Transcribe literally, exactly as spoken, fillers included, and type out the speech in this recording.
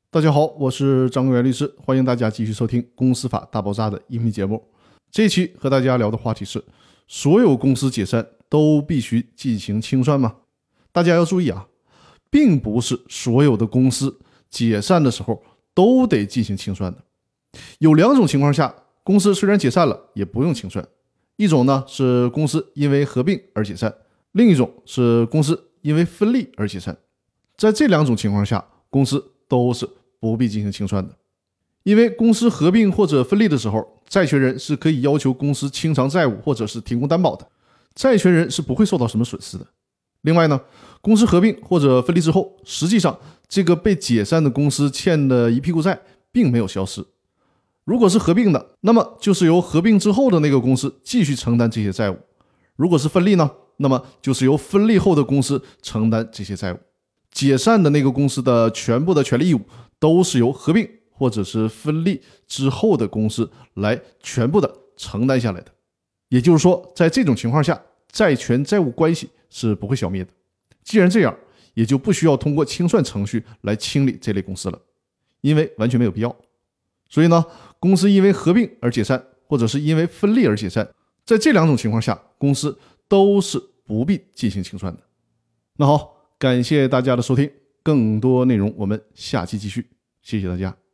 大家好，我是张国元律师，欢迎大家继续收听《公司法大爆炸》的音频节目。这一期和大家聊的话题是：所有公司解散都必须进行清算吗？大家要注意啊，并不是所有的公司解散的时候都得进行清算的。有两种情况下，公司虽然解散了，也不用清算。一种呢是公司因为合并而解散，另一种是公司因为分立而解散。在这两种情况下，公司都是不必进行清算的。因为公司合并或者分立的时候，债权人是可以要求公司清偿债务或者是提供担保的，债权人是不会受到什么损失的。另外呢，公司合并或者分立之后，实际上这个被解散的公司欠的一屁股债并没有消失。如果是合并的，那么就是由合并之后的那个公司继续承担这些债务；如果是分立呢，那么就是由分立后的公司承担这些债务。解散的那个公司的全部的权利义务都是由合并或者是分立之后的公司来全部的承担下来的。也就是说，在这种情况下，债权债务关系是不会消灭的。既然这样，也就不需要通过清算程序来清理这类公司了，因为完全没有必要。所以呢，公司因为合并而解散，或者是因为分立而解散，在这两种情况下，公司都是不必进行清算的。那好，感谢大家的收听，更多内容我们下期继续，谢谢大家。